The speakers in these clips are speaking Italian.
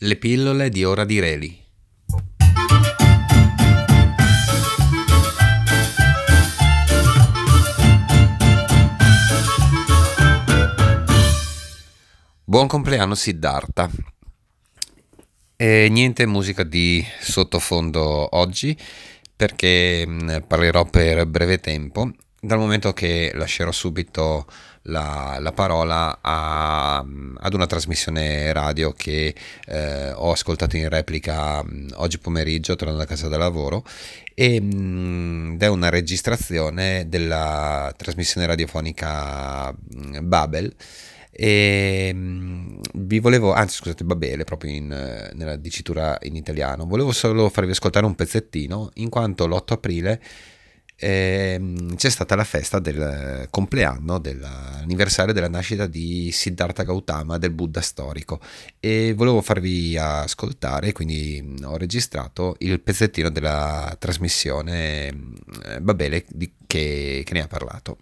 Le pillole di Ora di Reli. Buon compleanno Siddhartha. E niente musica di sottofondo oggi perché parlerò per breve tempo, dal momento che lascerò subito la parola ad una trasmissione radio che ho ascoltato in replica oggi pomeriggio tornando a casa da lavoro ed è una registrazione della trasmissione radiofonica Babel. E vi volevo, anzi scusate, Babele proprio nella dicitura in italiano, volevo solo farvi ascoltare un pezzettino in quanto l'8 aprile c'è stata la festa del compleanno dell'anniversario della nascita di Siddhartha Gautama, del Buddha storico, e volevo farvi ascoltare, quindi ho registrato il pezzettino della trasmissione Babele che ne ha parlato.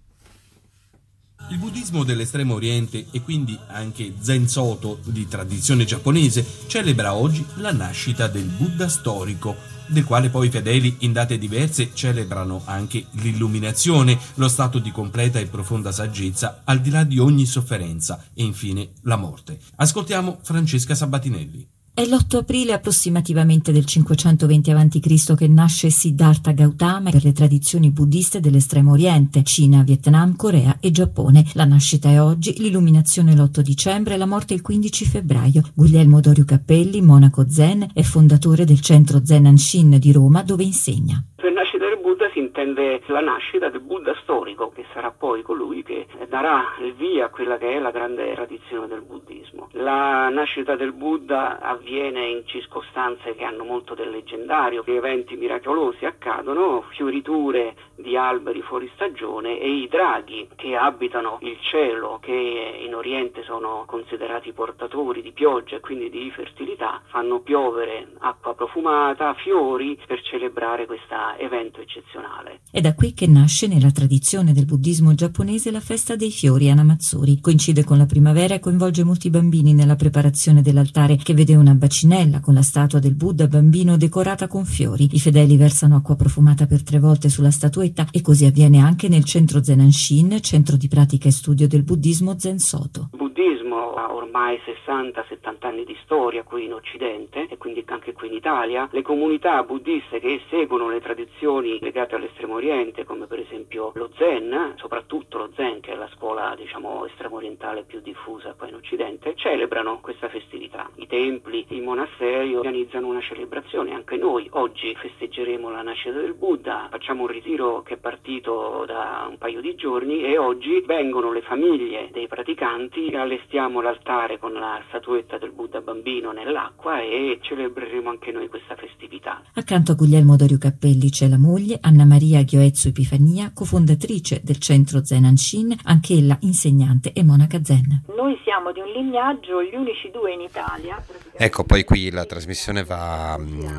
Il buddismo dell'estremo oriente e quindi anche Zen Soto di tradizione giapponese celebra oggi la nascita del Buddha storico, del quale poi i fedeli in date diverse celebrano anche l'illuminazione, lo stato di completa e profonda saggezza al di là di ogni sofferenza e infine la morte. Ascoltiamo Francesca Sabatinelli. È l'8 aprile approssimativamente del 520 a.C. che nasce Siddhartha Gautama per le tradizioni buddiste dell'estremo oriente, Cina, Vietnam, Corea e Giappone. La nascita è oggi, l'illuminazione l'8 dicembre e la morte il 15 febbraio. Guglielmo Dorio Cappelli, monaco zen, è fondatore del centro Zen Hanshin di Roma, dove insegna. Per nascita del Buddha si intende la nascita del Buddha storico, che sarà poi colui che darà il via a quella che è la grande tradizione del buddismo. La nascita del Buddha avviene in circostanze che hanno molto del leggendario, eventi miracolosi accadono, fioriture di alberi fuori stagione e i draghi che abitano il cielo, che in Oriente sono considerati portatori di pioggia e quindi di fertilità, fanno piovere acqua profumata, fiori per celebrare questo evento eccezionale. È da qui che nasce nella tradizione del buddismo giapponese la festa dei fiori Hanamatsuri. Coincide con la primavera e coinvolge molti bambini nella preparazione dell'altare, che vede una bacinella con la statua del Buddha bambino decorata con fiori. I fedeli versano acqua profumata per 3 volte sulla statuetta e così avviene anche nel centro Zen Hanshin, centro di pratica e studio del buddismo Zen Soto. Il buddismo ha ormai 60-70 anni di storia qui in Occidente e quindi anche qui in Italia. Le comunità buddiste che seguono le tradizioni legate all'estremo oriente, come per esempio lo Zen, soprattutto lo Zen, che è la scuola estremo orientale più diffusa qua in Occidente, celebrano questa festività. I templi, i monasteri organizzano una celebrazione. Anche noi oggi festeggeremo la nascita del Buddha, facciamo un ritiro che è partito da un paio di giorni e oggi vengono le famiglie dei praticanti, allestiamo l'altare con la statuetta del Buddha bambino nell'acqua e celebreremo anche noi questa festività. Accanto a Guglielmo Dorio Cappelli c'è la moglie Anna Maria Gioezzo Epifania, cofondatrice del centro Zen Hanshin, anch'ella insegnante e monaca zen. Noi siamo di un lignaggio, gli unici 2 in Italia. Ecco, poi qui la trasmissione va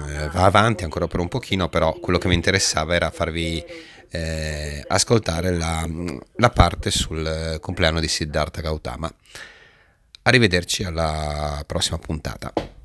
avanti ancora per un pochino, però quello che mi interessava era farvi ascoltare la parte sul compleanno di Siddhartha Gautama. Arrivederci alla prossima puntata.